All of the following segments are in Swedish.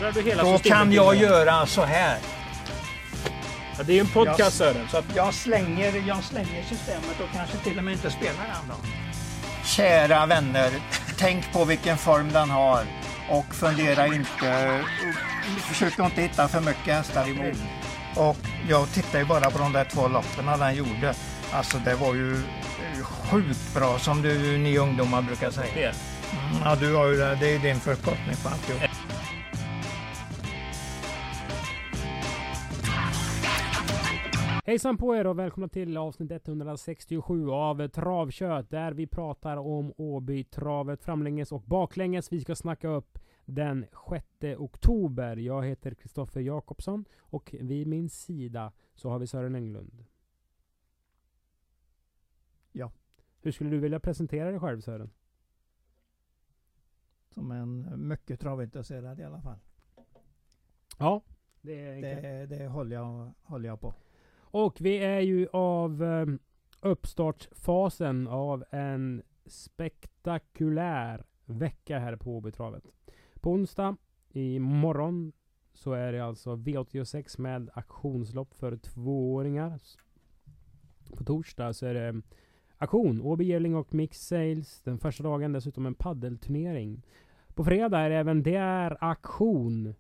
Kör du hela Då systemet kan in jag där? göra så här. Ja, det är ju en podcast Sören, så att Jag slänger systemet och kanske till och med inte spelar den då. Kära vänner, tänk på vilken form den har och fundera inte, försök inte hitta för mycket hästar i mål. Och jag tittar ju bara på de där 2 loppen den gjorde. Alltså det var ju sjukt bra som ni ungdomar brukar säga. Ja, du har ju det är din förkortning på allt. hejsan på er och välkomna till avsnitt 167 av Travkött, där vi pratar om Åby-travet framlänges och baklänges. Vi ska snacka upp den 6 oktober. Jag heter Kristoffer Jakobsson och vid min sida så har vi Sören Englund. Ja. Hur skulle du vilja presentera dig själv, Sören? Som en mycket travintresserad i alla fall. Ja, det håller jag på. Och vi är ju av uppstartsfasen av en spektakulär vecka här på Åbytravet. På onsdag imorgon så är det alltså V86 med auktionslopp för 2-åringar. På torsdag så är det auktion, Åby Yearling och Mix Sales. Den första dagen dessutom en paddelturnering. På fredag är det även där auktion.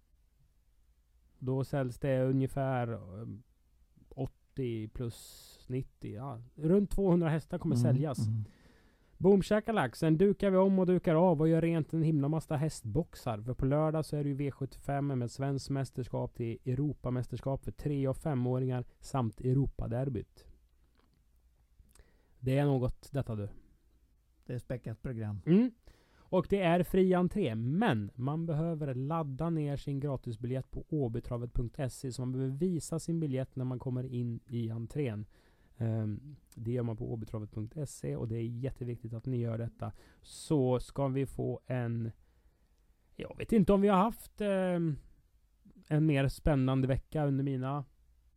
Då säljs det ungefär 80 plus 90. Ja, runt 200 hästar kommer säljas. Boom shakalak. Sen dukar vi om och dukar av och gör rent en himla massa hästboxar. För på lördag så är det ju V75 med svensk mästerskap till Europamästerskap för 3- och 5-åringar samt Europaderbyt. Det är något detta du. Det är späckat program. Och det är fri entré, men man behöver ladda ner sin gratisbiljett på åbytravet.se, så man behöver visa sin biljett när man kommer in i entrén. Det gör man på åbytravet.se och det är jätteviktigt att ni gör detta. Så ska vi få jag vet inte om vi har haft en mer spännande vecka under mina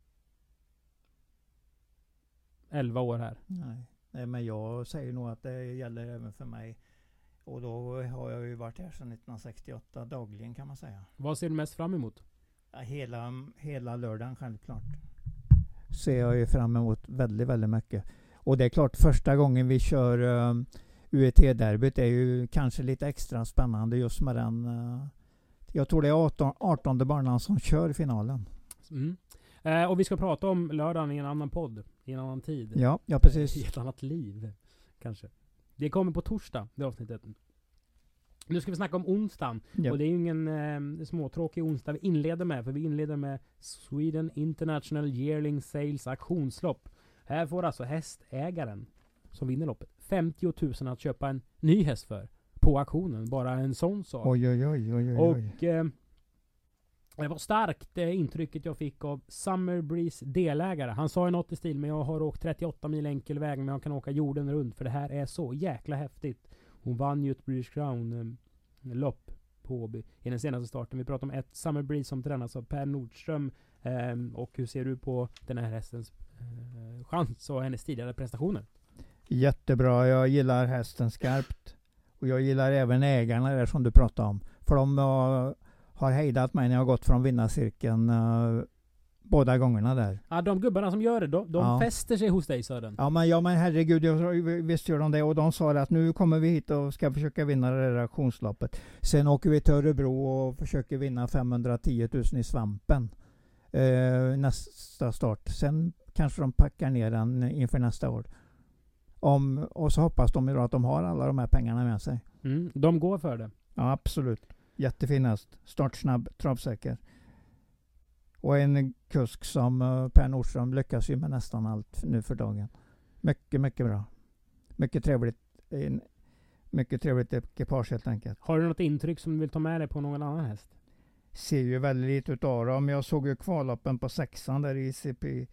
11 år här. Nej, men jag säger nog att det gäller även för mig. Och då har jag ju varit här sedan 1968 dagligen kan man säga. Vad ser du mest fram emot? Ja, hela lördagen självklart. Ser jag ju fram emot väldigt, väldigt mycket. Och det är klart, första gången vi kör UET-derbyt är ju kanske lite extra spännande just med den. Jag tror det är 18:e banan som kör finalen. Och vi ska prata om lördagen i en annan podd, i en annan tid. Ja precis. I ett annat liv, kanske. Det kommer på torsdag, det avsnittet. Nu ska vi snacka om onsdagen. Yep. Och det är ju ingen småtråkig onsdag vi inleder med. För vi inleder med Sweden International Yearling Sales auktionslopp. Här får alltså hästägaren som vinner loppet 50 000 att köpa en ny häst för på auktionen. Bara en sån sak. Oj. Och det var starkt intrycket jag fick av Summer Breeze delägare. Han sa ju något i stil, men jag har åkt 38 mil enkel väg, men jag kan åka jorden runt för det här är så jäkla häftigt. Hon vann ju ett British Crown lopp på Åby i den senaste starten. Vi pratar om ett Summer Breeze som tränas av Per Nordström. Och hur ser du på den här hästens chans och hennes tidigare prestationer? Jättebra, jag gillar hästen skarpt. Och jag gillar även ägarna där som du pratade om. För de har hejdat mig när jag har gått från vinnarcirkeln båda gångerna där. Ja, de gubbarna som gör det, de fäster sig hos dig, Sören. Ja men herregud, visst gör de det. Och de sa att nu kommer vi hit och ska försöka vinna det där auktionsloppet. Sen åker vi till Örebro och försöker vinna 510 000 i Svampen nästa start. Sen kanske de packar ner den inför nästa år. Och så hoppas de ju att de har alla de här pengarna med sig. De går för det. Ja, absolut. Jättefinast. Startsnabb, travsäker. Och en kusk som Per Nordström lyckas ju med nästan allt nu för dagen. Mycket, mycket bra. Mycket trevligt ekipage helt enkelt. Har du något intryck som du vill ta med dig på någon annan häst? Ser ju väldigt lite utav dem. Jag såg ju kvallappen på 6an där i ICP.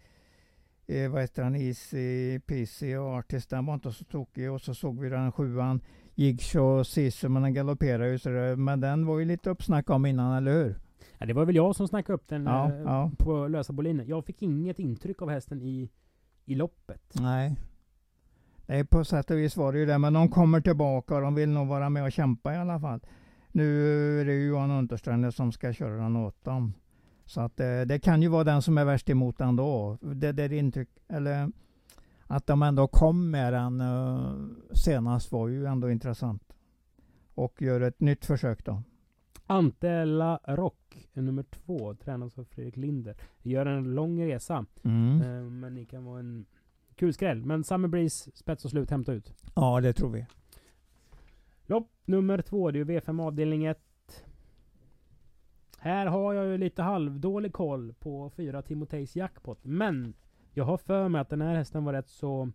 Easy PC och Artist. Den var inte så tokig. Och så såg vi den 7an. Jigshaw Sisu, men den galopperar ju så där. Men den var ju lite uppsnack om innan, eller hur? Ja, det var väl jag som snackade upp den ja. på lösa bolinen. Jag fick inget intryck av hästen i loppet. Nej, på sätt och vis var det ju det. Men de kommer tillbaka och de vill nog vara med och kämpa i alla fall. Nu är det ju Johan Unterstrand som ska köra den åt dem. Så att det kan ju vara den som är värst emot ändå. Det intryck, eller att de ändå kom med den senast var ju ändå intressant. Och gör ett nytt försök då. Antella Rock, nummer 2, tränas av Fredrik Linder. Gör en lång resa. Men det kan vara en kul skräll. Men Summer Breeze, spets och slut, hämta ut. Ja, det tror vi. Lopp nummer 2, det är ju V5 avdelning 1. Här har jag ju lite halvdålig koll på 4 Timotejs jackpot. Men jag har för mig att den här hästen var rätt så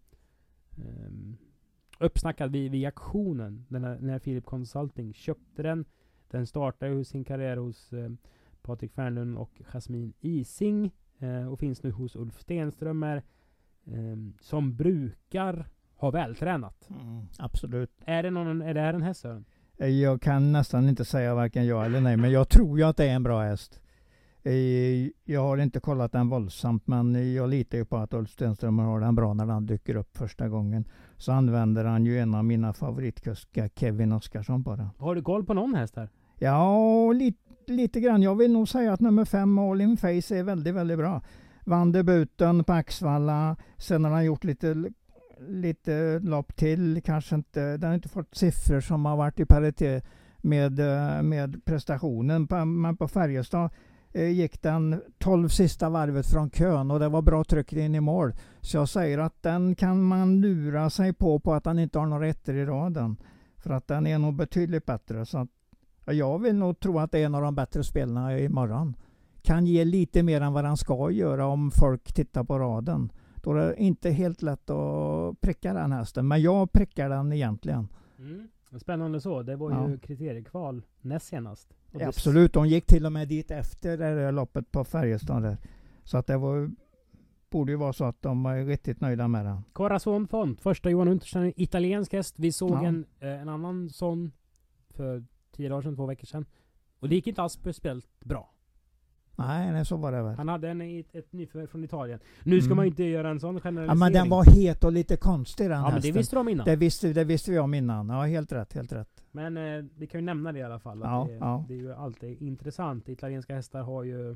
uppsnackad vid auktionen. När Philip Consulting köpte den. Den startade ju sin karriär hos Patrik Fernlund och Jasmine Ising. Och finns nu hos Ulf Stenströmer. Som brukar ha vältränat. Absolut. Är det här en häst? Jag kan nästan inte säga varken ja eller nej. Men jag tror ju att det är en bra häst. Jag har inte kollat den våldsamt. Men jag litar ju på att Ulf Stenströmer har den bra när han dyker upp första gången. Så använder han ju en av mina favoritkuskar, Kevin Oskarsson, på den. Har du koll på någon häst här? Ja, lite granrann. Jag vill nog säga att nummer 5, All In Face, är väldigt, väldigt bra. Vann debuten på Axvalla. Sen har han gjort lite lopp till. Kanske inte, den har inte fått siffror som har varit i paritet med prestationen. Men på Färjestad gick den 12 sista varvet från kön och det var bra tryck in i mål. Så jag säger att den kan man lura sig på att han inte har några rätter i raden. För att den är nog betydligt bättre. Så att, jag vill nog tro att det är en av de bättre spelarna imorgon. Kan ge lite mer än vad han ska göra om folk tittar på raden. Då är det inte helt lätt att pricka den hästen. Men jag prickar den egentligen. Spännande så. Det var ju kriteriekval näst senast. Absolut. De gick till och med dit efter det där loppet på Färjestad där. Så att det borde ju vara så att de var riktigt nöjda med den. Corazon Font. Första Johan Unterstrand, italiensk häst. Vi såg en annan sån för 10 dagar sedan, 2 veckor sedan. Och det gick inte alls speciellt bra. Nej, så var det väl. Han hade ett nyförvärv från Italien. Nu ska man ju inte göra en sån generalisering. Ja, men den var het och lite konstig, den hästen. Men det visste de innan. Det visste vi om innan. Ja, helt rätt. Men vi kan ju nämna det i alla fall. Det är ju alltid intressant. Italienska hästar har ju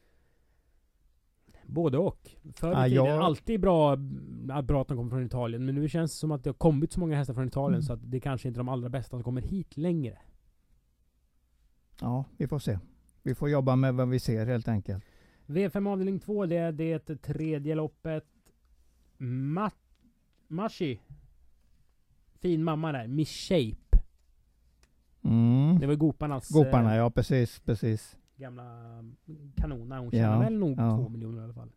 både och. Förr i tiden är det alltid bra att de kommer från Italien. Men nu känns det som att det har kommit så många hästar från Italien så att det kanske inte är de allra bästa som kommer hit längre. Ja, vi får se. Vi får jobba med vad vi ser helt enkelt. V5 avdelning 2, det är det tredje loppet. Mashi. Fin mamma där. Miss Shape. Det var Goparna, ja precis. Gamla kanona. Hon tjänar väl nog 2 miljoner i alla fall.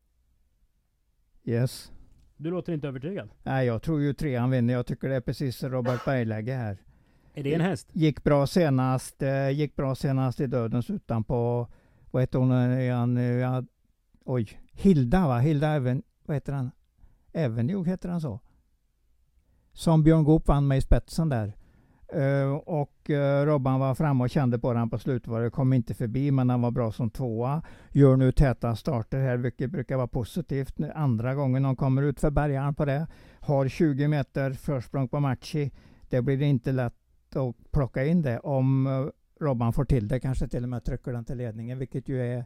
Yes. Du låter inte övertygad. Nej, jag tror ju 3 vinner. Jag tycker det är precis Robert Bergläge här. Är det en häst? Gick bra senast i Dödens utan på, vad heter hon? Hilda va? Hilda vad heter han? Avenue heter han så. Som Björn Goop vann med i spetsen där. Och Robban var framme och kände på den på slutet. Kom inte förbi, men han var bra som 2:a. Gör nu täta starter här, vilket brukar vara positivt. Andra gången de kommer ut för bärgaren på det. Har 20 meter försprång på Machi. Det blir inte lätt att plocka in det. Om Robban får till det, kanske till och med trycker den till ledningen, vilket ju är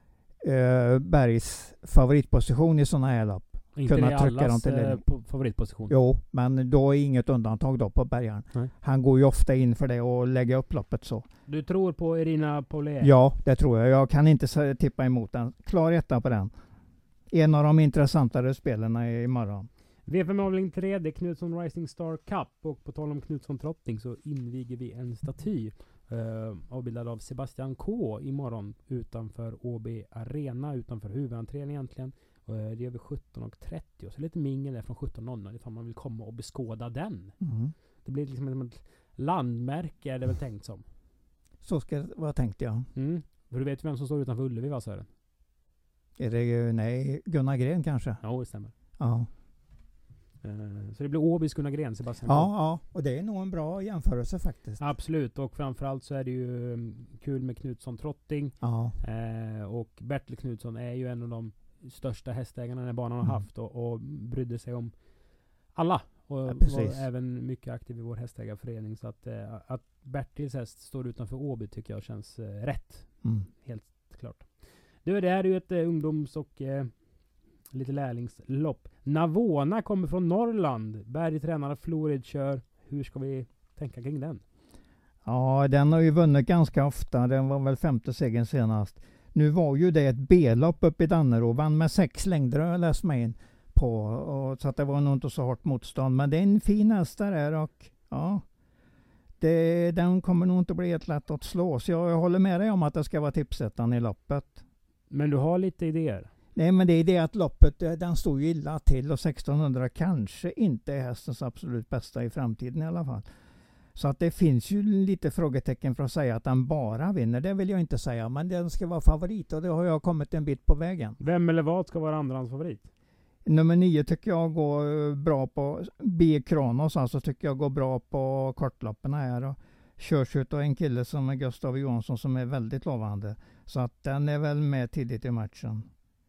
Bergs favoritposition i sådana här lopp. Inte kunna trycka dem till favoritposition. Jo, men då är inget undantag då på bärgaren. Nej. Han går ju ofta in för det och lägger upp loppet så. Du tror på Irina Paulé? Ja, det tror jag. Jag kan inte tippa emot den. Klar etta på den. En av de intressantare spelarna imorgon. V5 avdelning 3, det är Knutsson Rising Star Cup. Och på tal om Knutsson Trotting så inviger vi en staty avbildad av Sebastian K imorgon utanför OB Arena, utanför huvudentrén egentligen. Det är vid 17:30, så lite mingel där från 17:00 ifall man vill komma och beskåda den. Det blir liksom ett landmärke, är det väl tänkt som. Så ska det vara tänkt, ja. För du vet vem som står utanför Ullevi, va, Sören? Är det Gunnar Gren kanske? Ja, det stämmer. Ja. Så det blir Åbys Gunnar Gren, Sebastian. Ja, och det är nog en bra jämförelse faktiskt. Absolut, och framförallt så är det ju kul med Knutsson Trotting. Ja. Och Bertil Knutsson är ju en av de största hästägarna den här banan har haft och brydde sig om alla och var även mycket aktiv i vår hästägarförening, så att Bertils häst står utanför Åby tycker jag känns rätt. Mm. Helt klart. Det här är ju ett ungdoms- och lite lärlingslopp. Navona kommer från Norrland. Bergtränare Florid kör. Hur ska vi tänka kring den? Ja, den har ju vunnit ganska ofta. Den var väl 5:e segern senast. Nu var ju det ett B-lopp uppe i Dannero. Vann med 6 längder har jag läst mig in på. Och så att det var nog inte så hårt motstånd. Men det är en fin häst där och ja. Den kommer nog inte bli helt lätt att slå. Så jag håller med dig om att det ska vara tipsettan i loppet. Men du har lite idéer? Nej, men det är det att loppet, den står ju illa till och 1600 kanske inte är hästens absolut bästa i framtiden i alla fall. Så att det finns ju lite frågetecken för att säga att den bara vinner. Det vill jag inte säga, men den ska vara favorit och det har jag kommit en bit på vägen. Vem eller vad ska vara andrahandsfavorit? Nummer 9 tycker jag går bra på B. Kronos, alltså tycker jag går bra på kortloppen här. Och körs ut av en kille som är Gustav Johansson som är väldigt lovande. Så att den är väl med tidigt i matchen.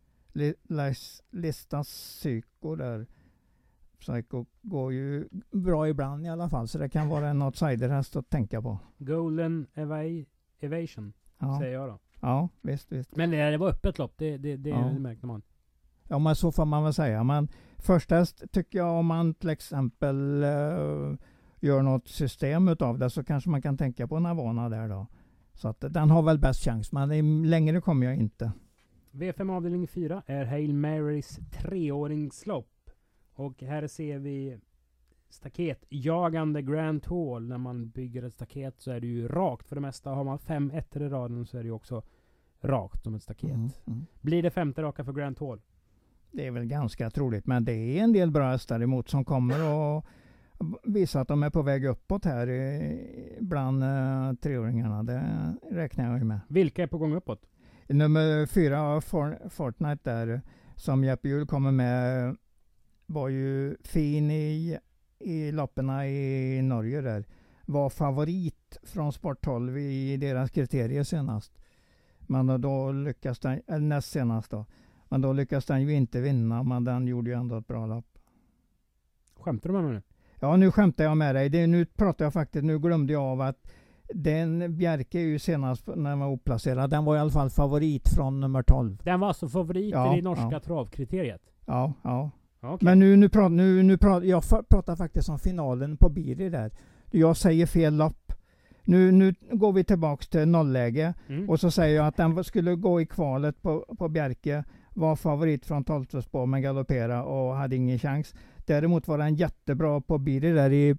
Listas Psyko där. Psycho går ju bra ibland i alla fall, så det kan vara en outsiderhäst att tänka på. Golden Evasion säger jag då. Ja, visst. Men det var öppet lopp, det märkte man. Ja, men så får man väl säga. Men först häst tycker jag, om man till exempel gör något system utav det, så kanske man kan tänka på Navona där då. Så att den har väl bäst chans, men längre kommer jag inte. V5 avdelning 4 är Hail Marys 3-åringslopp. Och här ser vi staketjagande Grand Hall. När man bygger ett staket så är det ju rakt för det mesta. Har man 5 ettor i raden så är det ju också rakt som ett staket. Blir det 5:e raka för Grand Hall? Det är väl ganska troligt, men det är en del bra hästar emot som kommer och visar att de är på väg uppåt här bland 3-åringarna. Det räknar jag med. Vilka är på gång uppåt? Nummer 4 Fortnite där, som Jeppe Hjul kommer med, var ju fin i lopperna i Norge där. Var favorit från Sport 12 i deras kriterier senast. Men då lyckas den, eller näst senast då. Men då lyckas den ju inte vinna, men den gjorde ju ändå ett bra lopp. Skämtar du med mig nu? Ja, nu skämtar jag med dig. Nu pratar jag faktiskt, nu glömde jag av att den Bjerke är ju senast när den var oplacerad. Den var i alla fall favorit från nummer 12. Den var alltså favorit i norska travkriteriet? Ja. Okay. Men nu pratar jag pratar faktiskt om finalen på Biri där. Jag säger fel lopp. Nu går vi tillbaks till nollläge och så säger jag att den skulle gå i kvalet på Bjerke, var favorit från 12 spår men galoppera och hade ingen chans. Däremot var den jättebra på Biri där i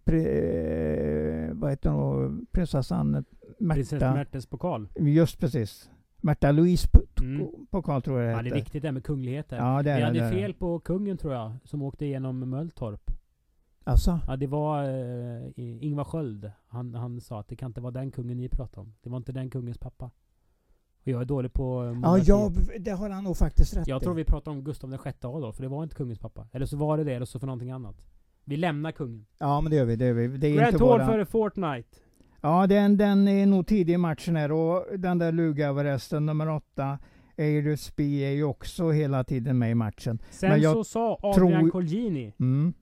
prinsessan Märtes pokal. Just precis. Märta Louise pokal tror jag det heter. Ja, det är viktigt det med kungligheter. Ja, vi hade fel på kungen tror jag, som åkte igenom Mölltorp. Alltså? Ja, det var Ingvar Sköld. Han sa att det kan inte vara den kungen ni pratar om. Det var inte den kungens pappa. Och jag är dålig på det har han nog faktiskt rätt. Jag tror vi pratar om Gustav VI Adolf, för det var inte kungens pappa. Eller så var det, eller så för någonting annat. Vi lämnar kungen. Ja, men det gör vi. Det är Grand inte Hall bara för Fortnite. Ja, den är nog tidig i matchen här, och den där Lugaueresten nummer 8 Eirus Spee är ju också hela tiden med i matchen. Sen men så sa Adrian Colgjini.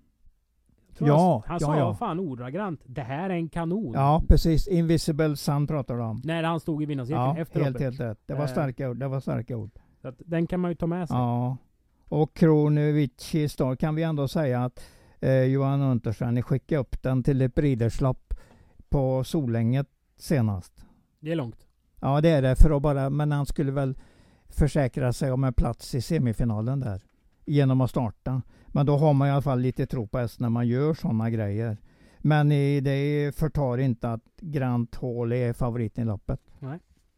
Han sa fan ordagrant, det här är en kanon. Ja, precis. Invisible Sun pratar de om. När han stod i vinnarcirkeln efter loppet. Helt rätt. Det var starka ord. Så att den kan man ju ta med sig. Ja. Och Kronovici Star kan vi ändå säga att Johan Unterstein skickade upp den till ett riderslopp på Solänget senast. Det är långt. Ja, det är det. Men han skulle väl försäkra sig om en plats i semifinalen där. Genom att starta. Men då har man i alla fall lite tro på häst när man gör sådana grejer. Men det förtar inte att Grand Hall är favoriten i loppet. Nej.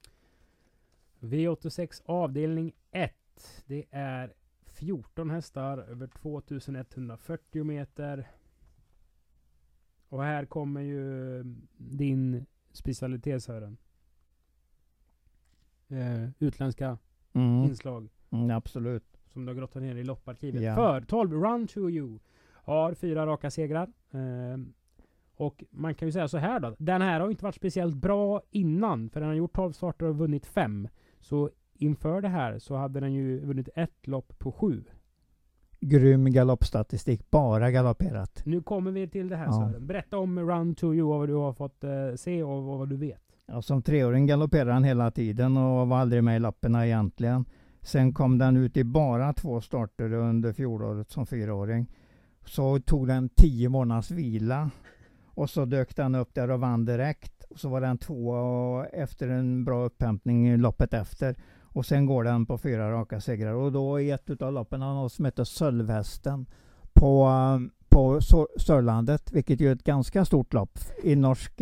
V86 avdelning 1. Det är 14 hästar över 2140 meter. Och här kommer ju din specialitet, Sören. Utländska inslag. Absolut. Som du har grottat ner i lopparkivet. Ja. För 12 Run to You har 4 raka segrar. Och man kan ju säga så här då. Den här har inte varit speciellt bra innan. För den har gjort 12 starter och vunnit 5. Så inför det här så hade den ju vunnit 1 lopp på 7. grym galoppstatistik, bara galopperat. Nu kommer vi till det här Ja. Sören. Berätta om Run to You och vad du har fått se och vad du vet. Ja, som 3-åring galopperade han hela tiden och var aldrig med i lapperna egentligen. Sen kom den ut i bara 2 starter under fjolåret som 4-åring. Så tog den 10 månaders vila. Och så dök den upp där och vann direkt. Och så var den 2 efter en bra upphämtning i loppet efter. Och sen går den på 4 raka segrar. Och då i ett av loppen har något som heter Sölvhästen på Sörlandet. Vilket är ett ganska stort lopp i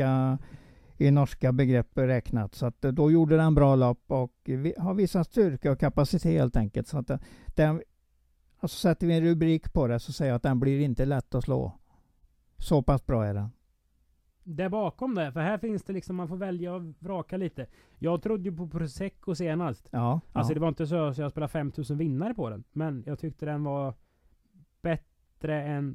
norska begrepp räknat. Så att då gjorde den bra lopp och har visat styrka och kapacitet helt enkelt. Så att alltså sätter vi en rubrik på det så säger jag att den blir inte lätt att slå. Så pass bra är den. Där bakom det, för här finns det liksom, man får välja och vraka lite. Jag trodde ju på Prosecco senast. Ja, Alltså ja. det var inte så att jag spelade 5000 vinnare på den. Men jag tyckte den var bättre än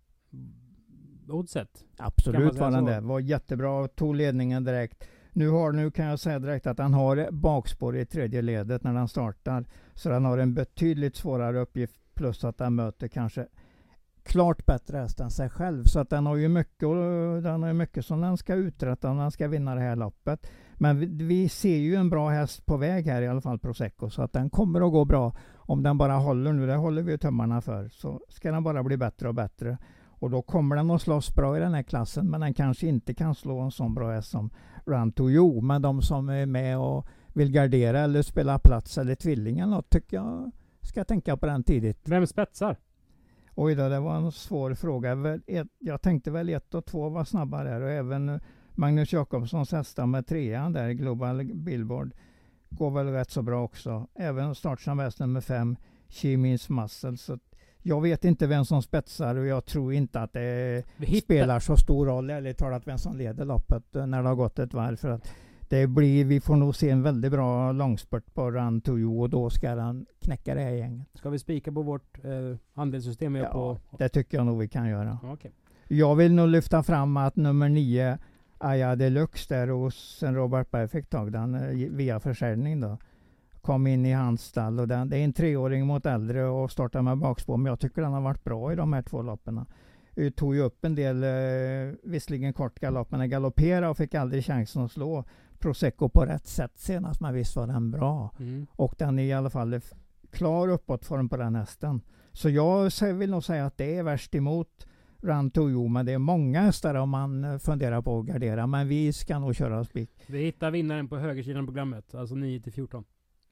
oddset. Kan man Absolut säga var den så? det. Var jättebra och tog ledningen direkt. Nu kan jag säga direkt att han har bakspår i tredje ledet när han startar. Så han har en betydligt svårare uppgift plus att han möter kanske klart bättre häst än sig själv. Så att den har ju mycket som den ska uträtta om den ska vinna det här loppet. Men vi ser ju en bra häst på väg här i alla fall, Prosecco. Så att den kommer att gå bra om den bara håller nu. Det håller vi tummarna för. Så ska den bara bli bättre och bättre. Och då kommer den att slåss bra i den här klassen. Men den kanske inte kan slå en sån bra häst som Run to You. Men de som är med och vill gardera eller spela plats eller tvilling eller något tycker jag ska tänka på den tidigt. Vem spetsar? Oj då, det var en svår fråga. Jag tänkte väl 1 och 2 var snabbare här. Och även Magnus Jakobssons hästar med 3an där, Global Billboard, går väl rätt så bra också. Även startsamvästen med 5, She Means Muscle. Så jag vet inte vem som spetsar och jag tror inte att det spelar så stor roll, ärligt talat, vem som leder loppet när det har gått ett varv. För att vi får nog se en väldigt bra långspurt på Run to You och då ska han knäcka det här gänget. Ska vi spika på vårt handelssystem? Ja, det tycker jag nog vi kan göra. Okay. Jag vill nog lyfta fram att nummer 9 Aya Deluxe där hos Robert Berg fick tag den via försäljning då. Kom in i hans stall och det är en 3-åring mot äldre och startar med bakspår. Men jag tycker den har varit bra i de här 2 loppen. Tog ju upp en del, visserligen kort galopp, men den galopperade och fick aldrig chansen att slå Prosecco på rätt sätt senast. Men visst var den bra. Och den är i alla fall klar uppåtform på den hästen. Så jag vill nog säga att det är värst emot Run to You, men det är många hästar om man funderar på att gardera. Men vi ska nog köra spik. Vi hittar vinnaren på högersidan på programmet, alltså 9-14.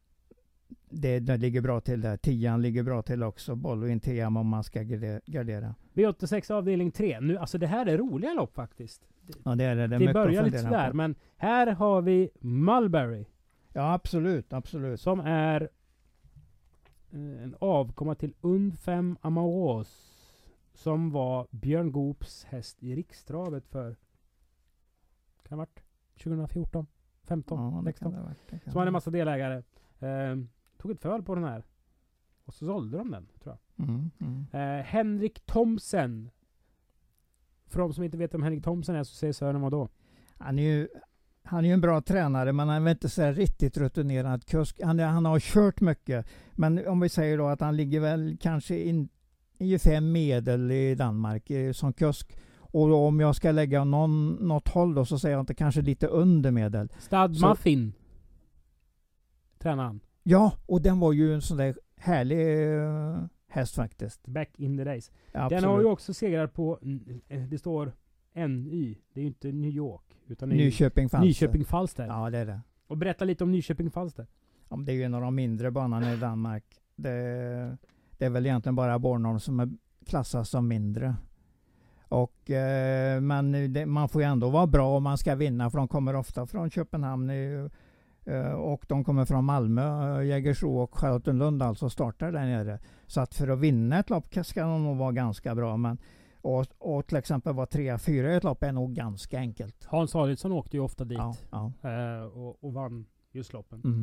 Det ligger bra till där. 10an ligger bra till också. Boll och in 10 om man ska gardera. V86 avdelning 3. Nu, alltså det här är roliga lopp faktiskt. Ja, det är det. Det börjar lite sådär, men här har vi Mulberry. Ja, absolut, absolut. Som är en avkomma till Und 5 Amoros. Som var Björn Goops häst i rikstravet för, kan det ha varit 2014, 15, 16. Som hade en massa delägare. Tog ett föl på den här. Och så sålde de den, tror jag. Henrik Thomsen. För de som inte vet vem Henrik Thomsen är så säger Sören vad då? Han är ju en bra tränare, men han är inte så riktigt rutinerad kusk. Han har kört mycket. Men om vi säger då att han ligger väl kanske ungefär medel i Danmark som kusk. Och då, om jag ska lägga något håll då, så säger jag inte kanske lite under medel. Stad Muffin. Tränar han. Ja, och den var ju en sån där härlig häst faktiskt. Back in the days. Ja, den har ju också segrat på, det står NY. Det är ju inte New York. Utan Nyköping Falster. Ja, det är det. Och berätta lite om Nyköping Falster. Ja, det är ju en av de mindre banorna i Danmark. Det är väl egentligen bara Bornholm som är klassas som mindre. Och, men man får ju ändå vara bra om man ska vinna, för de kommer ofta från Köpenhamn och de kommer från Malmö, Jägersro och Charlottenlund, alltså startar där nere. Så att för att vinna ett lopp ska de nog vara ganska bra. Men, och till exempel vara 3-4 i ett lopp är nog ganska enkelt. Hans Adielsson åkte ju ofta dit och vann just loppen. Mm.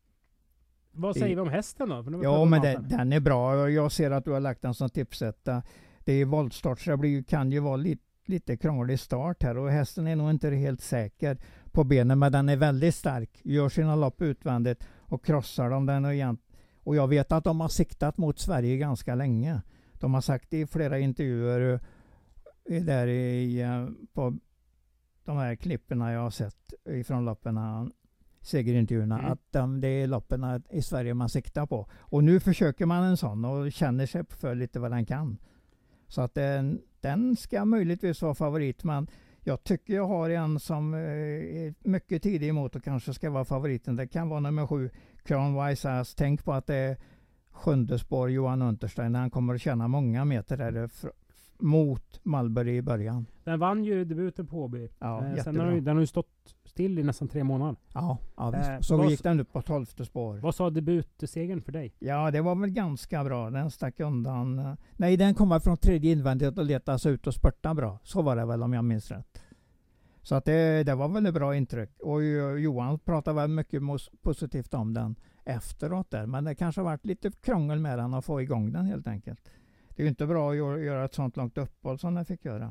Vad säger vi om hästen då? Ja, men den är bra. Jag ser att du har lagt den som tipsetta. Det är voltstart, så det kan ju vara lite krånglig start här. Och hästen är nog inte helt säker på benen, men den är väldigt stark. Gör sina lopp utvändigt och krossar dem. Och jag vet att de har siktat mot Sverige ganska länge. De har sagt i flera intervjuer där på de här klipperna jag har sett ifrån lopperna, segerintervjuerna, att det är lopperna i Sverige man siktar på. Och nu försöker man en sån och känner sig för lite vad den kan. Så att den ska möjligtvis vara favorit, men jag tycker jag har en som är mycket tidig emot och kanske ska vara favoriten. Det kan vara nummer 7, Crown Wise Ass. Tänk på att det är 7:e spår Johan Unterstein. Han kommer att tjäna många meter där mot Malmberg i början. Den vann ju debuten på Åby. Ja, sen den har ju stått still i nästan 3 månader. Ja visst. Så gick den upp på 12:e spår. Vad sa debutsegern för dig? Ja, det var väl ganska bra. Den stack undan. Nej, den kommer från tredje invändigt och letas ut och spurta bra. Så var det väl om jag minns rätt. Så att det var väl ett bra intryck. Och Johan pratade väl mycket positivt om den efteråt där. Men det kanske har varit lite krångel med den att få igång den helt enkelt. Det är ju inte bra att göra ett sånt långt uppehåll som den fick göra.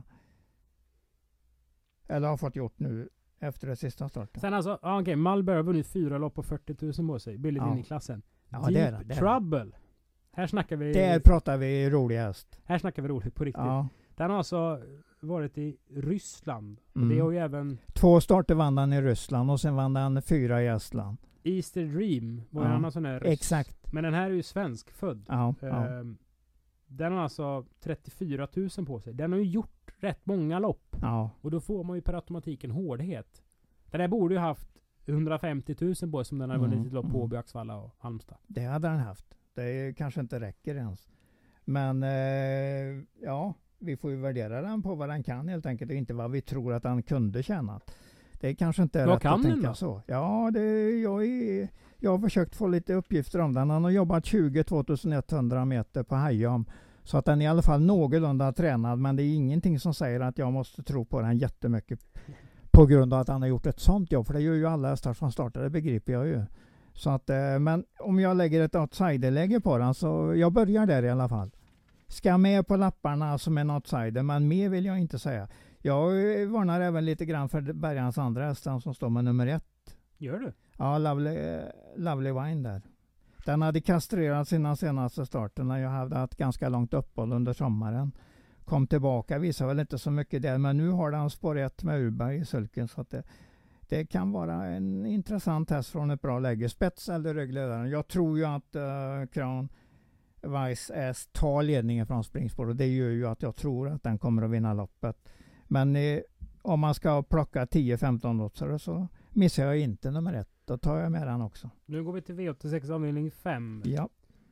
Eller har fått gjort nu efter det sista starten. Sen alltså, okej, Malmberg har vunnit 4 lopp på 40 000 på sig. Billigt in i klassen. Ja, det är det. Trouble. Här snackar vi... Där pratar vi roligast. Här snackar vi roligt på riktigt. Ja. Den har alltså varit i Ryssland. Och det har ju även... 2 starter vann han i Ryssland och sen vann han 4 i Estland. Easter Dream var en annan sån här ryss. Exakt. Men den här är ju svensk född. Ja. Den har alltså 34 000 på sig. Den har ju gjort rätt många lopp. Ja. Och då får man ju per automatik en hårdhet. Den här borde ju haft 150 000 på sig som den har vunnit ett lopp på Åby, Axvalla och Halmstad. Det hade den haft. Det kanske inte räcker ens. Men ja, vi får ju värdera den på vad den kan helt enkelt och inte vad vi tror att han kunde tjäna. Det kanske inte är vad rätt kan att den tänka då? Så. Ja, jag har försökt få lite uppgifter om den. Han har jobbat 2100 meter på Hajom. Så att den är i alla fall någorlunda tränad. Men det är ingenting som säger att jag måste tro på den jättemycket. På grund av att han har gjort ett sånt jobb. För det gör ju alla hästar som startar, det begriper jag ju. Så att, men om jag lägger ett outsiderläge på den så jag börjar där i alla fall. Ska med på lapparna som en outsider, men mer vill jag inte säga. Jag varnar även lite grann för Bergans andra hästar som står med nummer 1. Gör du? Ja, Lovely Wine där. Den hade kastrerat sina senaste starten när jag hade haft ganska långt uppehåll under sommaren. Kom tillbaka, visade väl inte så mycket där, men nu har den spår 1 med Urberg i sulken så att det kan vara en intressant häst från ett bra läge. Spets eller ryggledaren. Jag tror ju att Crown Wise S tar ledningen från springspår och det gör ju att jag tror att den kommer att vinna loppet. Men om man ska plocka 10-15 lotsare så missar jag inte nummer 1. Då tar jag med den också. Nu går vi till V86 avdelning 5. Ja.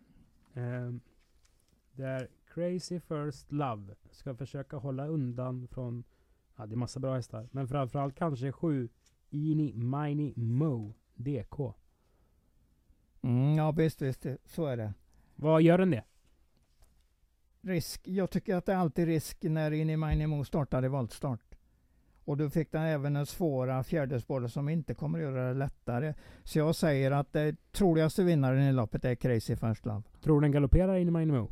Där Crazy First Love ska försöka hålla undan från, ja det är massa bra hästar, men framförallt kanske 7 Eeny Miny Mo DK. Ja visst, så är det. Vad gör den det? Risk. Jag tycker att det är alltid risk när Eeny Miny Mo startar i voltstart. Och då fick den även en svåra fjärdespår som inte kommer att göra det lättare. Så jag säger att det troligaste vinnaren i loppet är Crazy First Love. Tror den galopperar Eeny Miny Mo?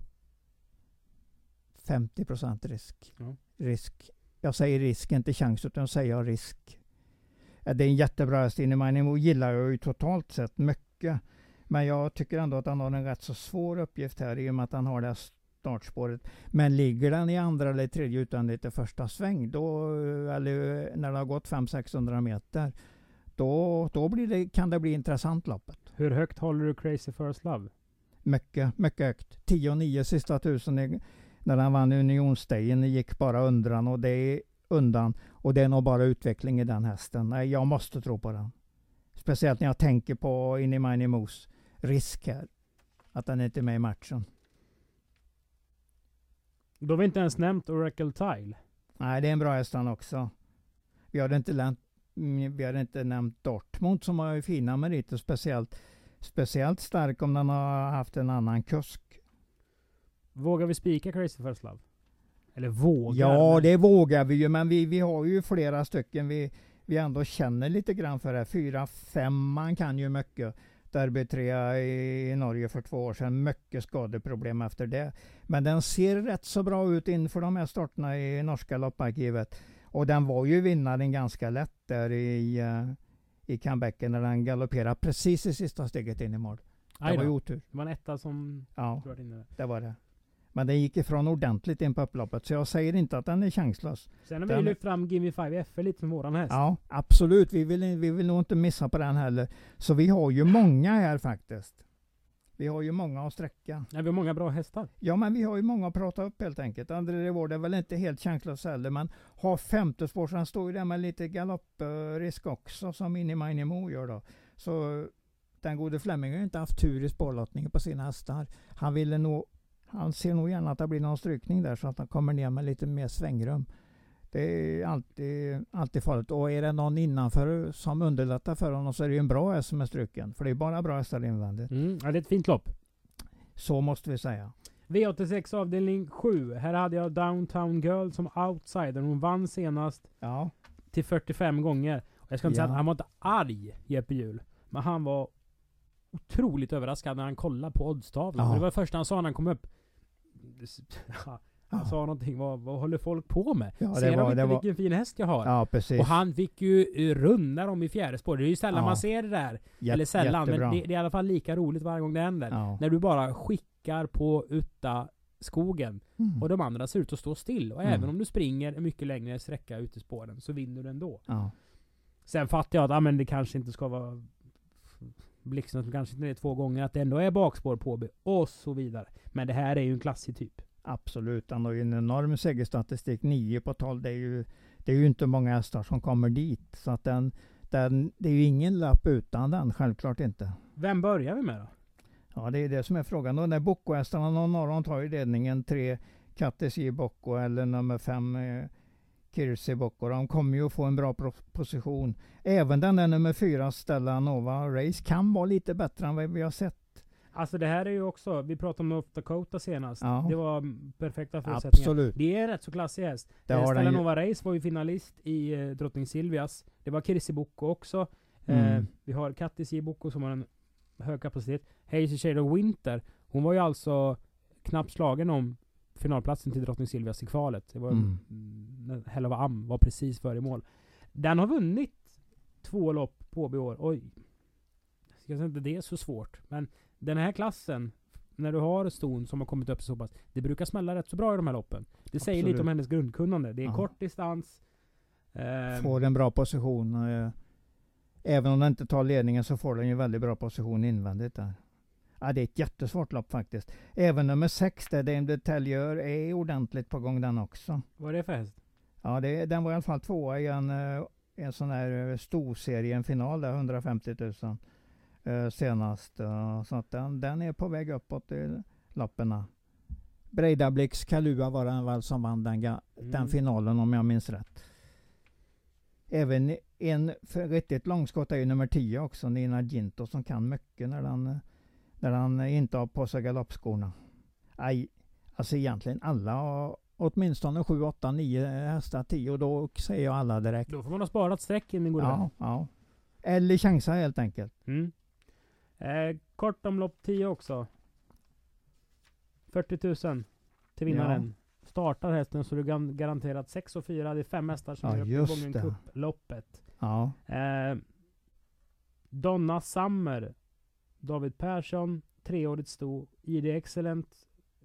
50% risk. Ja. Risk. Jag säger risk, inte chans, utan jag säger risk. Det är en jättebra häst. Eeny Miny Mo gillar jag ju totalt sett mycket. Men jag tycker ändå att han har en rätt så svår uppgift här i och med att han har det startspåret. Men ligger den i andra eller tredje utan lite första sväng, då, eller när det har gått 500-600 meter, då kan det bli intressant loppet. Hur högt håller du Crazy First Love? Mycket högt. 10,9 sista 1000 när han vann Unionsdagen gick bara undan och det är nog bara utveckling i den hästen. Nej, jag måste tro på den. Speciellt när jag tänker på Eeny Miny Mos risk här. Att den inte är med i matchen. Då har vi inte ens nämnt Oracle Tile. Nej, det är en bra hästan också. Vi hade inte nämnt Dortmund som har ju fina meriter. Speciellt stark om den har haft en annan kusk. Vågar vi spika Crazy First Love? Eller vågar? Ja, det vågar vi ju. Men vi har ju flera stycken vi ändå känner lite grann för det. 4-5 man kan ju mycket. Derby 3 i Norge för 2 år sedan. Mycket skadeproblem efter det. Men den ser rätt så bra ut inför de här starterna i norska lopparkivet. Och den var ju vinnaren ganska lätt där i comebacken när den galopperade precis i sista steget in i mål. Det var ju otur. Det var en etta som... Ja, var inne. det var det. Men den gick ifrån ordentligt in på upploppet. Så jag säger inte att den är chanslös. Sen har vi lyft fram Gimme 5 FR lite som våran häst. Ja, absolut. Vi vill nog inte missa på den heller. Så vi har ju många här faktiskt. Vi har ju många att sträcka. Ja, vi har många bra hästar. Ja, men vi har ju många att prata upp helt enkelt. André Reward är väl inte helt chanslös heller. Men har femte spår, så han står ju där med lite galopprisk också, som Mini Mini Mo gör då. Så den gode Fleming har ju inte haft tur i spårlottningen på sina hästar. Han ser nog gärna att det blir någon strykning där, så att han kommer ner med lite mer svängrum. Det är alltid farligt. Och är det någon innanför som underlättar för honom, så är det ju en bra häst som är struken. För det är bara bra hästar invändigt. Ja, det är ett fint lopp. Så måste vi säga. V86 avdelning 7. Här hade jag Downtown Girl som outsider. Hon vann senast till 45 gånger. Och jag ska inte säga att han var inte arg, Jeppe Hjul. Men han var otroligt överraskad när han kollade på oddstavlan. Det var det första han sa när han kom upp. Han sa någonting, vad håller folk på med? Ser de inte vilken fin häst jag har? Ja, precis. Och han fick ju runda dem i fjärde spår. Det är ju sällan man ser det där. Eller sällan, jättebra. Men det är i alla fall lika roligt varje gång det händer. Ja. När du bara skickar på utta skogen och de andra ser ut att stå still. Och även om du springer en mycket längre sträcka ut i spåren, så vinner du ändå. Ja. Sen fattar jag att men det kanske inte ska vara blixten, som kanske inte är 2 gånger, att det ändå är bakspår på och så vidare. Men det här är ju en klassig typ. Absolut, han har ju en enorm segerstatistik, 9 på 12. Det är ju inte många hästar som kommer dit. Så att det är ju ingen lapp utan den, självklart inte. Vem börjar vi med då? Ja, det är det som är frågan. Och när Bocco-hästarna, någon av dem tar ju ledningen, 3 Kattesi Bocco eller nummer 5 Kirsi Bocco. De kommer ju att få en bra position. Även den där nummer 4 Stella Nova Race kan vara lite bättre än vad vi har sett. Alltså det här är ju också, vi pratade om North Dakota senast. Ja. Det var perfekta förutsättningar. Absolut. Det är rätt så klassig häst. Stella Nova Race var ju finalist i Drottning Silvias. Det var Kirsi Bocco också. Vi har Kattesi Bocco som har en hög kapacitet. Hazy Shade of Winter. Hon var ju alltså knappt slagen om finalplatsen till Drottning Silvias i kvalet. Det var Hell of Am var precis före mål. Den har vunnit 2 lopp på i år. Oj. Jag ska säga inte det är så svårt. Men den här klassen, när du har ston som har kommit upp så pass, det brukar smälla rätt så bra i de här loppen. Det säger lite om hennes grundkunnande. Det är kort distans. Får en bra position. Även om den inte tar ledningen, så får den ju väldigt bra position invändigt där. Ja, det är ett jättesvårt lopp faktiskt. Även nummer 6 där Dame de Tellier är ordentligt på gång den också. Vad är det för häst? Ja, den var i alla fall 2 i en sån här storserie, en final där, 150 000 senast. Så att den är på väg uppåt i lapparna. Breidablix Kalua var den väl som vann den finalen, om jag minns rätt. Även en riktigt långskott är ju nummer 10 också, Nina Ginto, som kan mycket när han inte har på sig galoppskorna. Alltså egentligen alla har åtminstone 7, 8, 9 hästar 10, och då säger jag alla direkt. Då får man ha sparat strecken i goda vän. Ja. Eller chansa helt enkelt. Kort om lopp 10 också. 40 000 till vinnaren. Startar hästen så du garanterat 6 och 4. Det är 5 hästar som är uppe i gången kupploppet. Ja. Donna Summer, David Persson, 3-årigt sto, ID Excellent,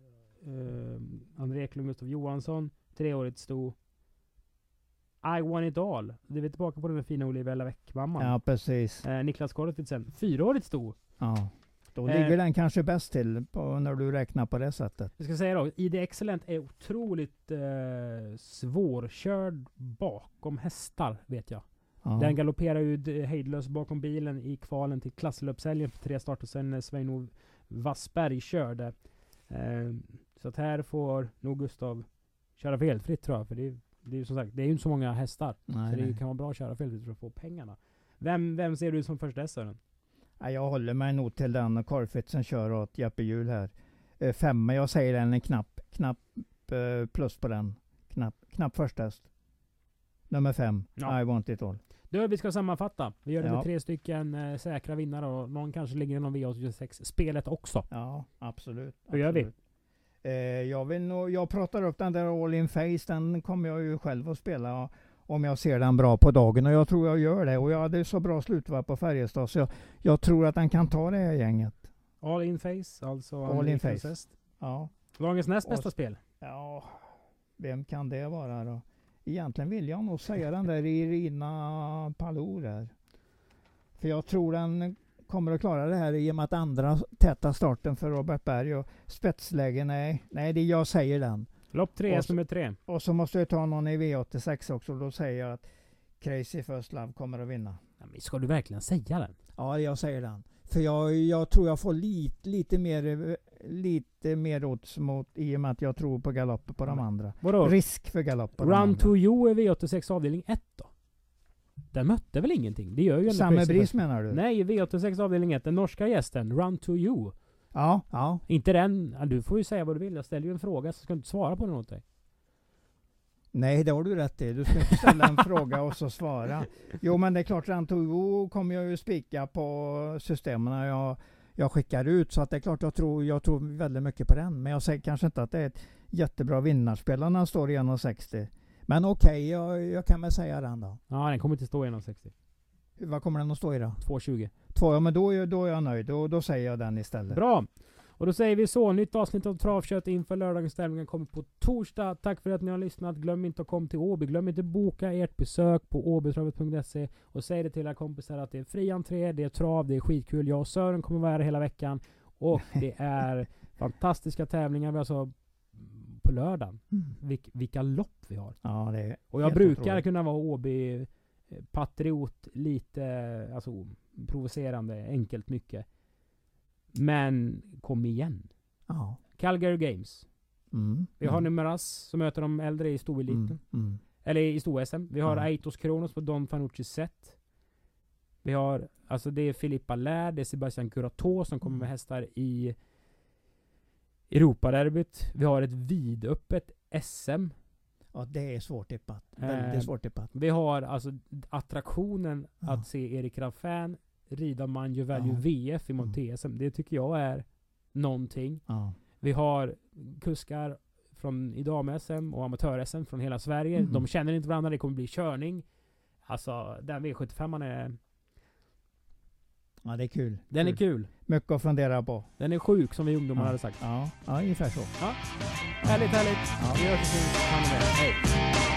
André Eklund, Gustav Johansson, 3-årigt sto, I Want It All. Det är vi tillbaka på den fina Olivia Lavec-mamman. Ja, precis. Niklas Kortitsen, 4-årigt sto. Ja. Då ligger den kanske bäst till när du räknar på det sättet. Jag ska säga då, ID Excellent är otroligt svårkörd bakom hästar, vet jag. Ja. Den galopperar ju hejdlös bakom bilen i kvalen till klasslöpshelgen för 3 starter, sen Svein Wassberg körde. Så att här får nog Gustav köra felfritt, tror jag. För det är ju som sagt, det är ju inte så många hästar. Nej, så det kan vara bra att köra felfritt för att få pengarna. Vem ser du som första hästaren? Jag håller mig nog till den Korfitsen kör åt Jeppe Hjul här. 5, jag säger den är knapp plus på den. Knapp första häst. Nummer 5, I Want It All. Vi ska sammanfatta. Vi gör det med 3 stycken säkra vinnare, och någon kanske ligger inom V86-spelet också. Ja, absolut. Hur gör vi? Jag pratar upp den där All In Face, den kommer jag ju själv att spela om jag ser den bra på dagen, och jag tror jag gör det. Och jag hade så bra slutvarv på Färjestad, så jag tror att den kan ta det här gänget. All in face, alltså All in face. Processed. Ja. Dagens näst bästa spel? Ja, vem kan det vara då? Egentligen vill jag nog säga den där Irina Palou där. För jag tror den kommer att klara det här i och med att andra täta starten för Robert Berg och spetsläge, nej det jag säger den. Lopp 3, nummer 3. Och så måste jag ta någon i V86 också, då säger jag att Crazy First Love kommer att vinna. Ja, men ska du verkligen säga den? Ja, jag säger den. För jag tror jag får lite mer odds mot, i och med att jag tror på galopper på de andra. Vadå? Risk för galopper. Run to You är V86 avdelning 1 då? Den mötte väl ingenting? Det gör ju Samma bris menar du? Nej, V86 avdelning 1. Den norska gästen, Run to You. Ja. Inte den. Ja, du får ju säga vad du vill. Jag ställer ju en fråga så ska du inte svara på den åt dig. Nej, det har du rätt i. Du ska inte ställa en fråga och så svara. Jo, men det är klart, Run to You kommer jag ju spika på systemen jag skickar ut. Så att det är klart, jag tror väldigt mycket på den. Men jag säger kanske inte att det är ett jättebra vinnarspel när den står i 1,60. Men okej, jag kan väl säga den då. Ja, den kommer inte stå i 1,60. Vad kommer den att stå i då? 2,20. 2, ja, men då är jag nöjd. Då säger jag den istället. Bra! Och då säger vi så. Nytt avsnitt av Travkött inför lördagens tävlingen kommer på torsdag. Tack för att ni har lyssnat. Glöm inte att komma till Åby. Glöm inte att boka ert besök på åbytravet.se och säg det till era kompisar att det är fri entré, det är trav, det är skitkul. Jag och Sören kommer vara här hela veckan. Och det är fantastiska tävlingar. Vi alltså på lördagen. Vilka lopp vi har. Ja, det är och jag brukar kunna vara Åby patriot, lite alltså provocerande, enkelt mycket. Men kom igen. Ja. Calgary Games. Vi har Numeras som möter de äldre i storeliten. Eller i stor-SM. Vi har Aitos Kronos på Don Fanucci set. Vi har, alltså det är Filippa Lär, det är Sebastian Curato som kommer med hästar i Europaderbyt. Vi har ett vidöppet SM. Ja, det är svårt tippat. Väldigt svårt tippat. Vi har alltså attraktionen att se Erik Raffin rida Manjo Value VF i Monte-SM. Det tycker jag är någonting. Vi har kuskar från i dam-SM och amatör-SM från hela Sverige. De känner inte varandra, det kommer bli körning. Alltså, den V75 är... Ja, det är kul. Den är kul. Mycket att fundera på. Den är sjuk, som vi ungdomar hade sagt. Ja, ungefär så. Ja. Härligt. Vi hörs i sin. Hej.